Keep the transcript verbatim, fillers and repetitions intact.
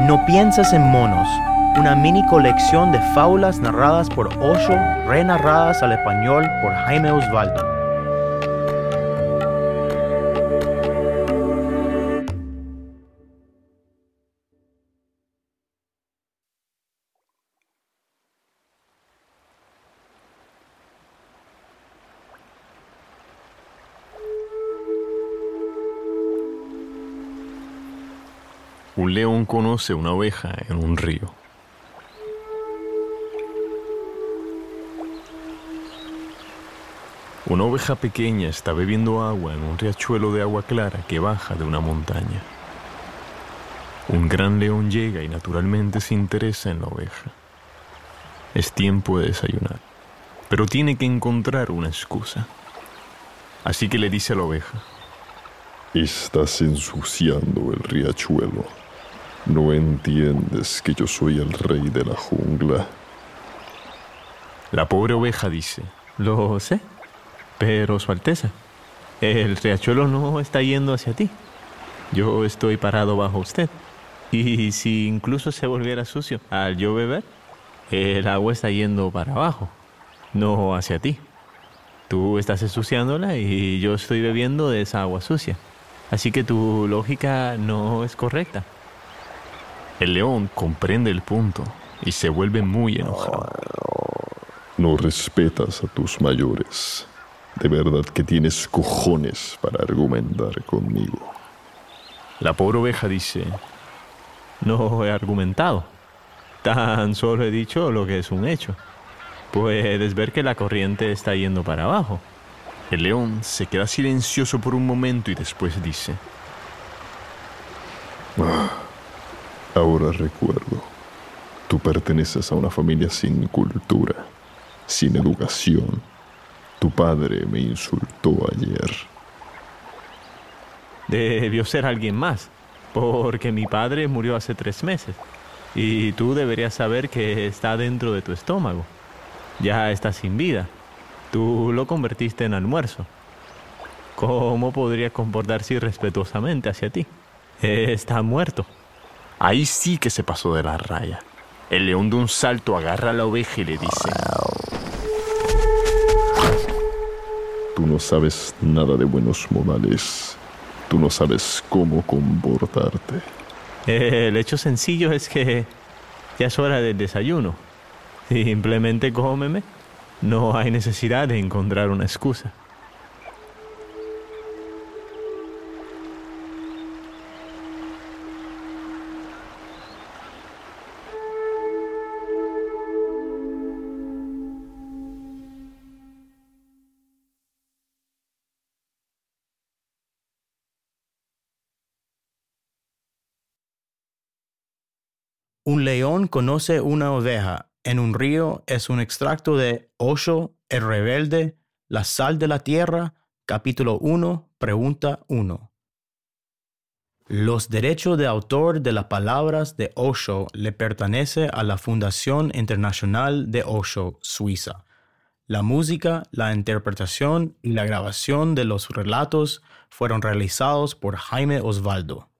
No pienses en monos, una mini colección de fábulas narradas por Osho, renarradas al español por Jaime Osvaldo. Un león conoce una oveja en un río. Una oveja pequeña está bebiendo agua en un riachuelo de agua clara que baja de una montaña. Un gran león llega y naturalmente se interesa en la oveja. Es tiempo de desayunar, pero tiene que encontrar una excusa. Así que le dice a la oveja: Estás ensuciando el riachuelo. ¿No entiendes que yo soy el rey de la jungla? La pobre oveja dice: Lo sé, pero Su Alteza, el riachuelo no está yendo hacia ti. Yo estoy parado bajo usted. Y si incluso se volviera sucio al yo beber, el agua está yendo para abajo, no hacia ti. Tú estás ensuciándola y yo estoy bebiendo de esa agua sucia. Así que tu lógica no es correcta. El león comprende el punto y se vuelve muy enojado. No respetas a tus mayores. De verdad que tienes cojones para argumentar conmigo. La pobre oveja dice: No he argumentado. Tan solo he dicho lo que es un hecho. Puedes ver que la corriente está yendo para abajo. El león se queda silencioso por un momento y después dice: Ah, ahora recuerdo. Tú perteneces a una familia sin cultura, sin educación. Tu padre me insultó ayer. Debió ser alguien más, porque mi padre murió hace tres meses. Y tú deberías saber que está dentro de tu estómago. Ya está sin vida. Tú lo convertiste en almuerzo. ¿Cómo podría comportarse irrespetuosamente hacia ti? Está muerto. Ahí sí que se pasó de la raya. El león de un salto agarra a la oveja y le dice: Tú no sabes nada de buenos modales. Tú no sabes cómo comportarte. El hecho sencillo es que ya es hora del desayuno. Simplemente cómeme. No hay necesidad de encontrar una excusa. Un león conoce una oveja en un río es un extracto de Osho, el rebelde, la sal de la tierra, capítulo uno, pregunta uno. Los derechos de autor de las palabras de Osho le pertenece a la Fundación Internacional de Osho, Suiza. La música, la interpretación y la grabación de los relatos fueron realizados por Jaime Osvaldo.